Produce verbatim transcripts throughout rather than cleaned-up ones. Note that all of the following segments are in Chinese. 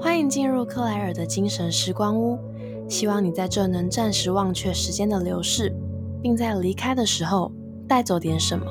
欢迎进入克莱尔的精神时光屋，希望你在这能暂时忘却时间的流逝，并在离开的时候带走点什么。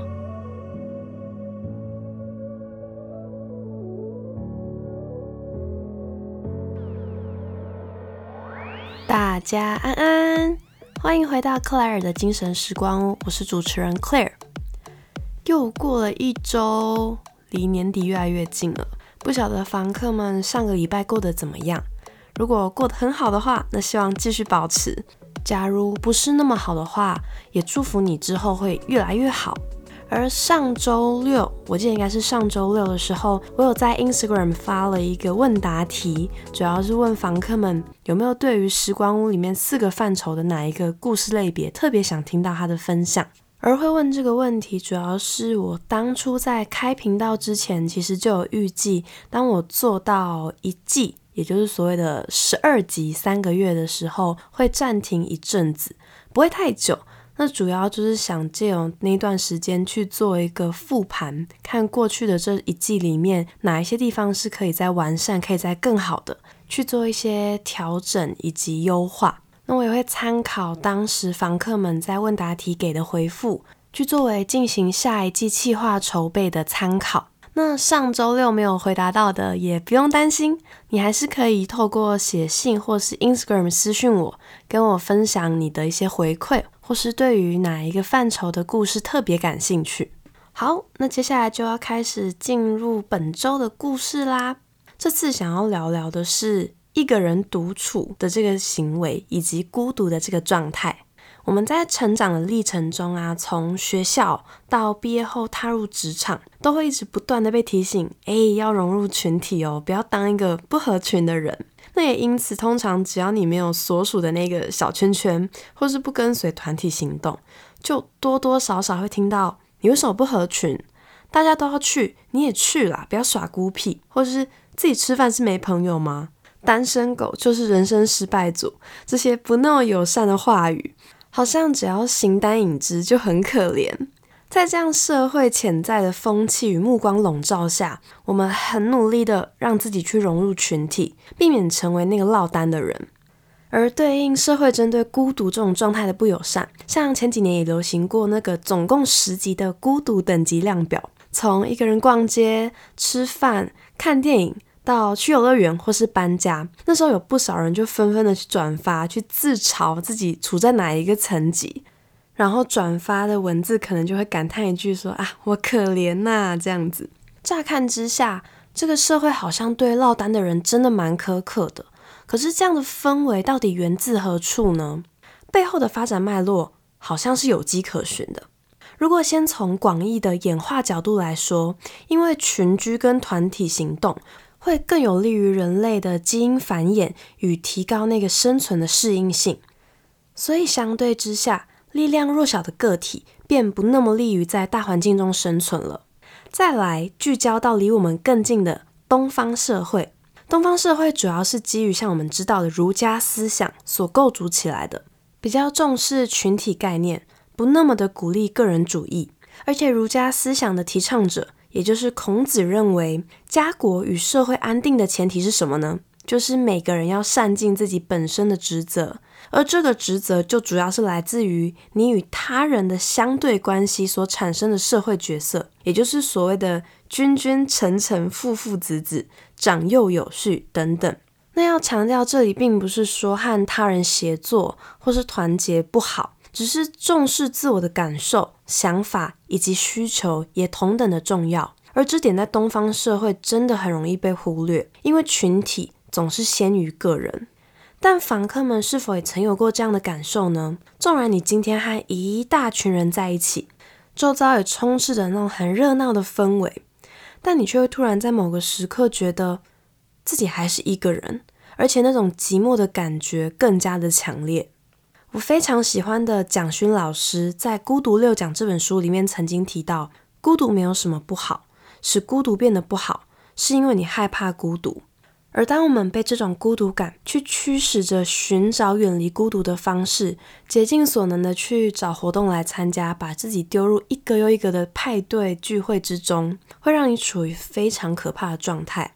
大家安安，欢迎回到克莱尔的精神时光屋，我是主持人 Claire。又过了一周，离年底越来越近了，不晓得房客们上个礼拜过得怎么样？如果过得很好的话，那希望继续保持；假如不是那么好的话，也祝福你之后会越来越好。而上周六，我记得应该是上周六的时候，我有在 Instagram 发了一个问答题，主要是问房客们有没有对于时光屋里面四个范畴的哪一个故事类别特别想听到他的分享。而会问这个问题，主要是我当初在开频道之前，其实就有预计，当我做到一季，也就是所谓的十二集三个月的时候，会暂停一阵子，不会太久。那主要就是想借由那段时间去做一个复盘，看过去的这一季里面哪一些地方是可以再完善，可以再更好的去做一些调整以及优化。那我也会参考当时房客们在问答题给的回复，去作为进行下一季企划筹备的参考。那上周六没有回答到的也不用担心，你还是可以透过写信或是 Instagram 私讯我，跟我分享你的一些回馈，或是对于哪一个范畴的故事特别感兴趣。好，那接下来就要开始进入本周的故事啦。这次想要聊聊的是一个人独处的这个行为，以及孤独的这个状态。我们在成长的历程中啊，从学校到毕业后踏入职场，都会一直不断的被提醒，诶，要融入群体哦，不要当一个不合群的人。那也因此，通常只要你没有所属的那个小圈圈，或是不跟随团体行动，就多多少少会听到你为什么不合群？大家都要去，你也去啦，不要耍孤僻，或是自己吃饭是没朋友吗？单身狗就是人生失败组，这些不那么友善的话语，好像只要形单影只就很可怜。在这样社会潜在的风气与目光笼罩下，我们很努力的让自己去融入群体，避免成为那个落单的人。而对应社会针对孤独这种状态的不友善，像前几年也流行过那个总共十级的孤独等级量表，从一个人逛街、吃饭、看电影到去游乐园或是搬家，那时候有不少人就纷纷的去转发，去自嘲自己处在哪一个层级，然后转发的文字可能就会感叹一句说啊，我可怜啊，这样子。乍看之下，这个社会好像对落单的人真的蛮苛刻的，可是这样的氛围到底源自何处呢？背后的发展脉络好像是有迹可循的。如果先从广义的演化角度来说，因为群居跟团体行动会更有利于人类的基因繁衍与提高那个生存的适应性，所以相对之下，力量弱小的个体便不那么利于在大环境中生存了。再来聚焦到离我们更近的东方社会，东方社会主要是基于像我们知道的儒家思想所构筑起来的，比较重视群体概念，不那么的鼓励个人主义。而且儒家思想的提倡者，也就是孔子认为，家国与社会安定的前提是什么呢？就是每个人要善尽自己本身的职责，而这个职责就主要是来自于你与他人的相对关系所产生的社会角色，也就是所谓的君君臣臣父父子子长幼有序等等。那要强调，这里并不是说和他人协作或是团结不好，只是重视自我的感受、想法以及需求也同等的重要。而这点在东方社会真的很容易被忽略，因为群体总是先于个人。但房客们是否也曾有过这样的感受呢？纵然你今天和一大群人在一起，周遭也充斥着那种很热闹的氛围，但你却会突然在某个时刻觉得自己还是一个人，而且那种寂寞的感觉更加的强烈。我非常喜欢的蒋勋老师在《孤独六讲》这本书里面曾经提到，孤独没有什么不好，使孤独变得不好，是因为你害怕孤独。而当我们被这种孤独感去驱使着寻找远离孤独的方式，竭尽所能的去找活动来参加，把自己丢入一个又一个的派对聚会之中，会让你处于非常可怕的状态。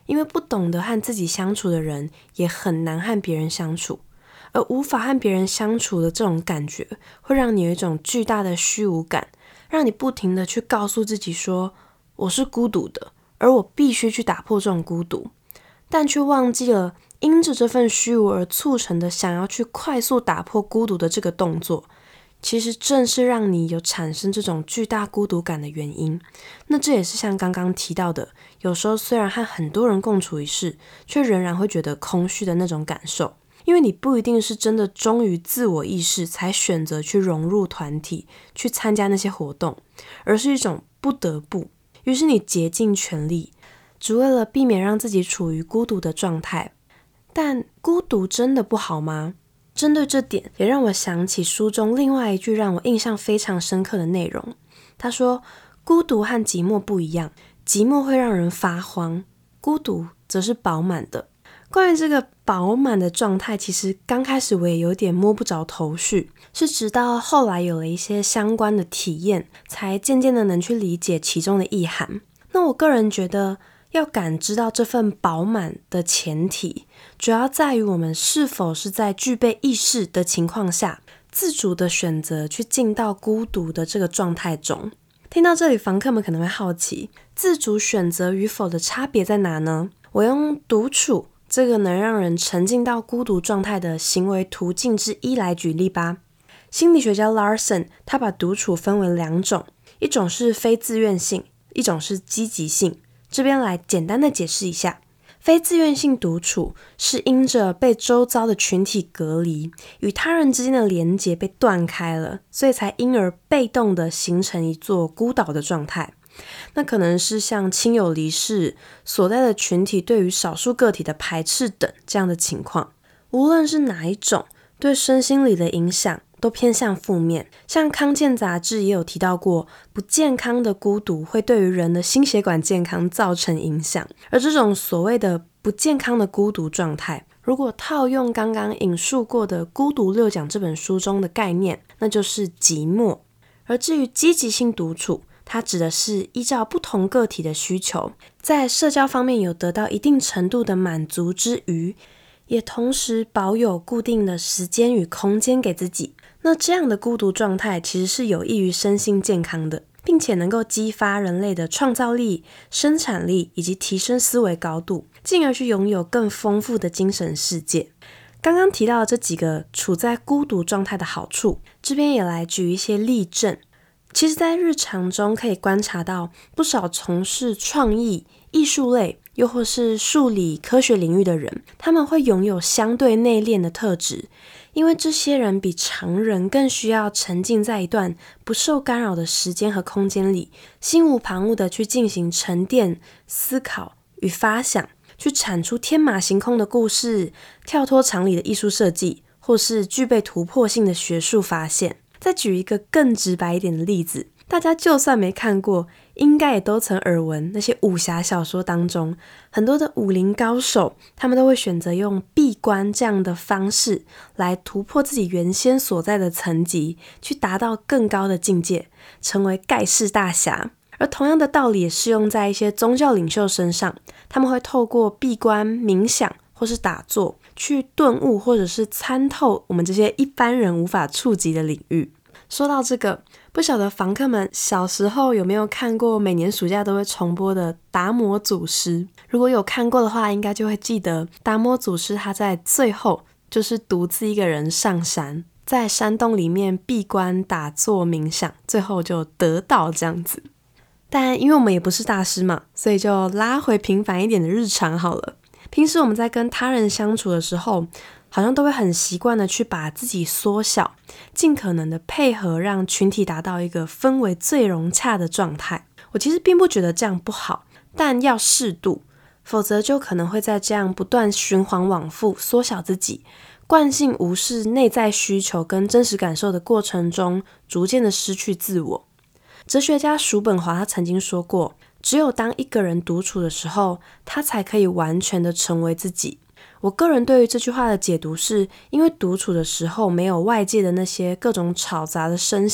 因为不懂得和自己相处的人，也很难和别人相处。而无法和别人相处的这种感觉，会让你有一种巨大的虚无感，让你不停的去告诉自己说，我是孤独的，而我必须去打破这种孤独，但却忘记了因着这份虚无而促成的想要去快速打破孤独的这个动作，其实正是让你有产生这种巨大孤独感的原因。那这也是像刚刚提到的，有时候虽然和很多人共处一室，却仍然会觉得空虚的那种感受。因为你不一定是真的忠于自我意识才选择去融入团体，去参加那些活动，而是一种不得不。于是你竭尽全力，只为了避免让自己处于孤独的状态。但孤独真的不好吗？针对这点，也让我想起书中另外一句让我印象非常深刻的内容。他说，孤独和寂寞不一样，寂寞会让人发慌，孤独则是饱满的。关于这个饱满的状态，其实刚开始我也有点摸不着头绪，是直到后来有了一些相关的体验，才渐渐的能去理解其中的意涵。那我个人觉得，要感知到这份饱满的前提，主要在于我们是否是在具备意识的情况下，自主的选择去进到孤独的这个状态中。听到这里，房客们可能会好奇，自主选择与否的差别在哪呢？我用独处这个能让人沉浸到孤独状态的行为途径之一来举例吧。心理学家 Larson 他把独处分为两种，一种是非自愿性，一种是积极性。这边来简单的解释一下，非自愿性独处是因着被周遭的群体隔离，与他人之间的连结被断开了，所以才因而被动的形成一座孤岛的状态。那可能是像亲友离世、所在的群体对于少数个体的排斥等这样的情况。无论是哪一种，对身心理的影响都偏向负面。像康健杂志也有提到过，不健康的孤独会对于人的心血管健康造成影响。而这种所谓的不健康的孤独状态，如果套用刚刚引述过的《孤独六讲》这本书中的概念，那就是寂寞。而至于积极性独处，它指的是依照不同个体的需求，在社交方面有得到一定程度的满足之余，也同时保有固定的时间与空间给自己。那这样的孤独状态其实是有益于身心健康的，并且能够激发人类的创造力、生产力以及提升思维高度，进而去拥有更丰富的精神世界。刚刚提到的这几个处在孤独状态的好处，这边也来举一些例证。其实在日常中可以观察到不少从事创意、艺术类又或是数理科学领域的人，他们会拥有相对内敛的特质，因为这些人比常人更需要沉浸在一段不受干扰的时间和空间里，心无旁骛的去进行沉淀、思考与发想，去产出天马行空的故事、跳脱常理的艺术设计，或是具备突破性的学术发现。再举一个更直白一点的例子，大家就算没看过，应该也都曾耳闻那些武侠小说当中，很多的武林高手，他们都会选择用闭关这样的方式来突破自己原先所在的层级，去达到更高的境界，成为盖世大侠。而同样的道理也适用在一些宗教领袖身上，他们会透过闭关、冥想或是打坐，去顿悟或者是参透我们这些一般人无法触及的领域。说到这个，不晓得房客们小时候有没有看过每年暑假都会重播的《达摩祖师》？如果有看过的话，应该就会记得达摩祖师他在最后就是独自一个人上山，在山洞里面闭关打坐冥想，最后就得道这样子。但因为我们也不是大师嘛，所以就拉回平凡一点的日常好了。平时我们在跟他人相处的时候，好像都会很习惯的去把自己缩小，尽可能的配合让群体达到一个氛围最融洽的状态。我其实并不觉得这样不好，但要适度，否则就可能会在这样不断循环往复缩小自己，惯性无视内在需求跟真实感受的过程中，逐渐的失去自我。哲学家叔本华他曾经说过，只有当一个人独处的时候，他才可以完全的成为自己。我个人对于这句话的解读是，因为独处的时候没有外界的那些各种吵杂的声响，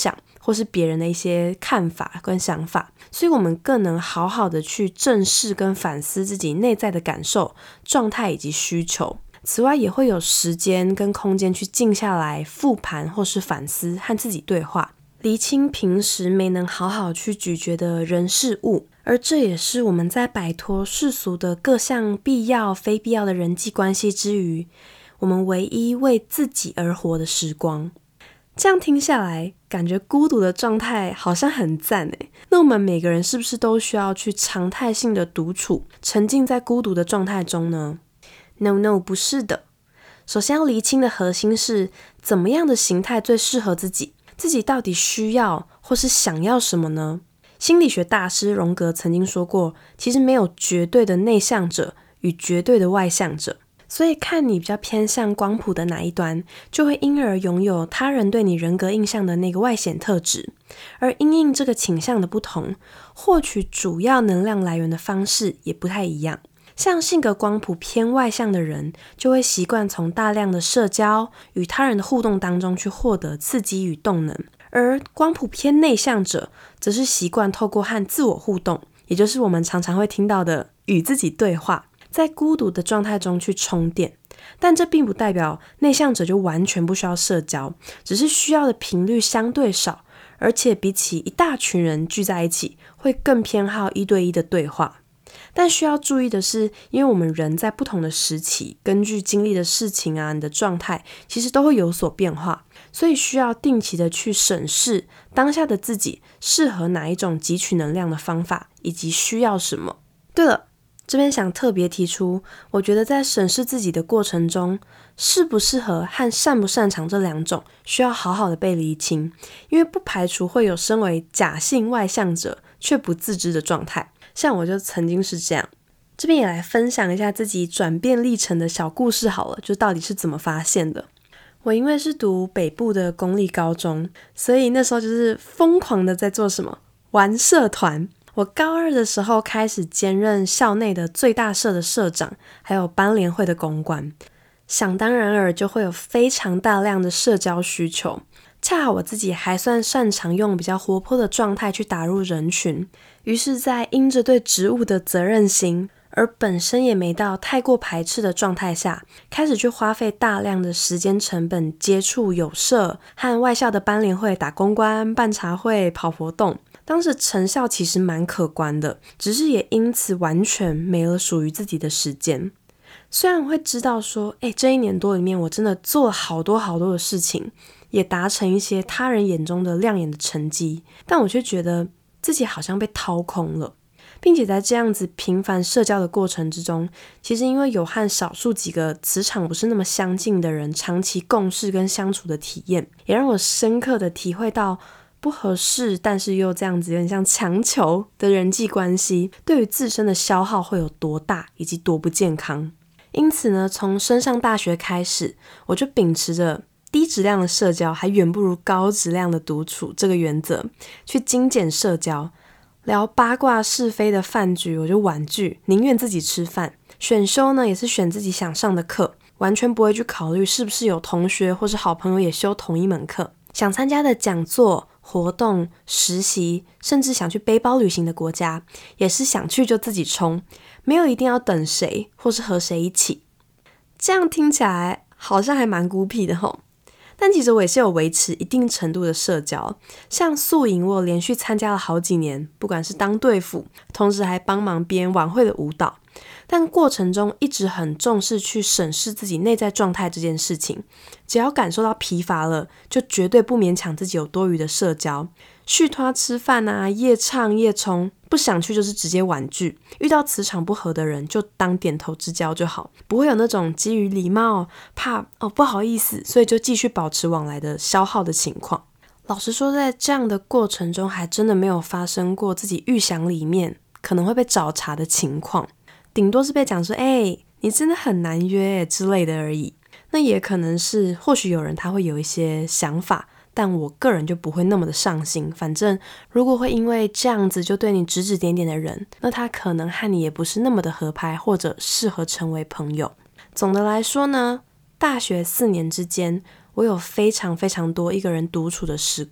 或是别人的一些看法跟想法，所以我们更能好好的去正视跟反思自己内在的感受、状态以及需求。此外，也会有时间跟空间去静下来复盘或是反思，和自己对话，厘清平时没能好好去咀嚼的人事物，而这也是我们在摆脱世俗的各项必要非必要的人际关系之余，我们唯一为自己而活的时光。这样听下来，感觉孤独的状态好像很赞耶。那我们每个人是不是都需要去常态性的独处，沉浸在孤独的状态中呢？ No No 不是的。首先要厘清的核心是，怎么样的形态最适合自己，自己到底需要或是想要什么呢？心理学大师荣格曾经说过，其实没有绝对的内向者与绝对的外向者，所以看你比较偏向光谱的哪一端，就会因而拥有他人对你人格印象的那个外显特质。而因应这个倾向的不同，获取主要能量来源的方式也不太一样。像性格光谱偏外向的人，就会习惯从大量的社交与他人的互动当中去获得刺激与动能，而光谱偏内向者则是习惯透过和自我互动，也就是我们常常会听到的与自己对话，在孤独的状态中去充电。但这并不代表内向者就完全不需要社交，只是需要的频率相对少，而且比起一大群人聚在一起，会更偏好一对一的对话。但需要注意的是，因为我们人在不同的时期，根据经历的事情啊，你的状态其实都会有所变化，所以需要定期的去审视当下的自己适合哪一种汲取能量的方法，以及需要什么。对了，这边想特别提出，我觉得在审视自己的过程中，适不适合和擅不擅长这两种需要好好的被厘清，因为不排除会有身为假性外向者却不自知的状态，像我就曾经是这样。这边也来分享一下自己转变历程的小故事好了，就到底是怎么发现的。我因为是读北部的公立高中，所以那时候就是疯狂的在做什么？玩社团。我高二的时候开始兼任校内的最大社的社长，还有班联会的公关，想当然尔就会有非常大量的社交需求。恰好我自己还算擅长用比较活泼的状态去打入人群，于是在因着对职务的责任心，而本身也没到太过排斥的状态下，开始去花费大量的时间成本接触友社和外校的班联会打公关、办茶会、跑活动。当时成效其实蛮可观的，只是也因此完全没了属于自己的时间。虽然会知道说，诶，这一年多里面我真的做了好多好多的事情，也达成一些他人眼中的亮眼的成绩，但我却觉得自己好像被掏空了。并且在这样子频繁社交的过程之中，其实因为有和少数几个磁场不是那么相近的人长期共事跟相处的体验，也让我深刻的体会到不合适但是又这样子有点像强求的人际关系对于自身的消耗会有多大以及多不健康。因此呢，从升上大学开始，我就秉持着低质量的社交还远不如高质量的独处这个原则，去精简社交。聊八卦是非的饭局我就婉拒，宁愿自己吃饭。选修呢也是选自己想上的课，完全不会去考虑是不是有同学或是好朋友也修同一门课。想参加的讲座、活动、实习，甚至想去背包旅行的国家，也是想去就自己冲，没有一定要等谁或是和谁一起。这样听起来好像还蛮孤僻的齁。但其实我也是有维持一定程度的社交，像宿营我连续参加了好几年，不管是当队辅，同时还帮忙编晚会的舞蹈，但过程中一直很重视去审视自己内在状态这件事情。只要感受到疲乏了，就绝对不勉强自己有多余的社交。续拖吃饭啊，夜唱夜冲，不想去就是直接婉拒。遇到磁场不合的人，就当点头之交就好，不会有那种基于礼貌怕哦不好意思，所以就继续保持往来的消耗的情况。老实说，在这样的过程中，还真的没有发生过自己预想里面可能会被找茬的情况，顶多是被讲说，哎、欸，你真的很难约之类的而已。那也可能是，或许有人他会有一些想法，但我个人就不会那么的上心。反正如果会因为这样子就对你指指点点的人，那他可能和你也不是那么的合拍，或者适合成为朋友。总的来说呢，大学四年之间，我有非常非常多一个人独处的时刻，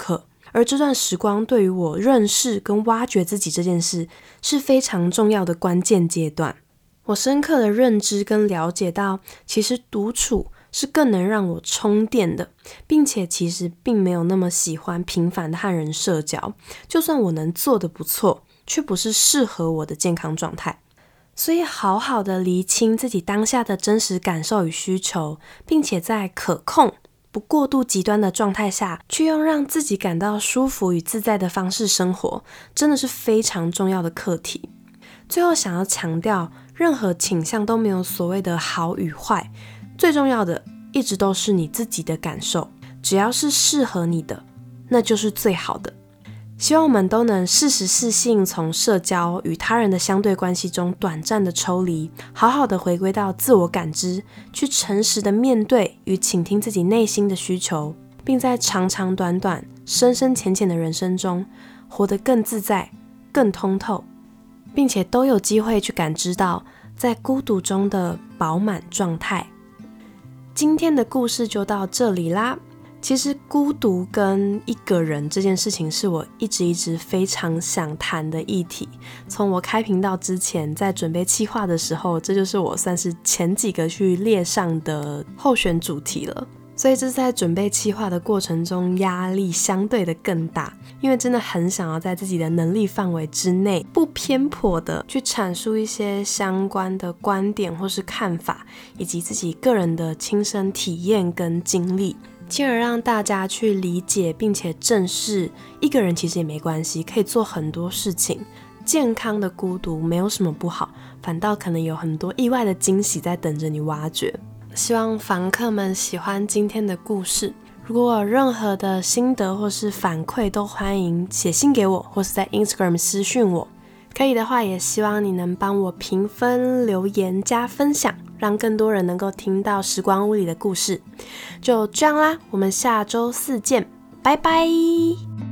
而这段时光对于我认识跟挖掘自己这件事是非常重要的关键阶段。我深刻的认知跟了解到，其实独处是更能让我充电的，并且其实并没有那么喜欢频繁的和人社交，就算我能做得不错，却不是适合我的健康状态。所以好好的厘清自己当下的真实感受与需求，并且在可控不过度极端的状态下，去用让自己感到舒服与自在的方式生活，真的是非常重要的课题。最后想要强调，任何倾向都没有所谓的好与坏，最重要的一直都是你自己的感受，只要是适合你的，那就是最好的。希望我们都能适时适性从社交与他人的相对关系中短暂的抽离，好好的回归到自我感知，去诚实的面对与倾听自己内心的需求，并在长长短短、深深浅浅的人生中，活得更自在、更通透，并且都有机会去感知到在孤独中的饱满状态。今天的故事就到这里啦。其实孤独跟一个人这件事情是我一直一直非常想谈的议题。从我开频道之前，在准备企划的时候，这就是我算是前几个去列上的候选主题了。所以这是在准备企划的过程中压力相对的更大，因为真的很想要在自己的能力范围之内，不偏颇的去阐述一些相关的观点或是看法，以及自己个人的亲身体验跟经历，进而让大家去理解并且正视一个人其实也没关系，可以做很多事情。健康的孤独没有什么不好，反倒可能有很多意外的惊喜在等着你挖掘。希望房客们喜欢今天的故事，如果有任何的心得或是反馈，都欢迎写信给我，或是在 Instagram 私讯我。可以的话，也希望你能帮我评分、留言、加分享，让更多人能够听到时光屋里的故事。就这样啦，我们下周四见，拜拜。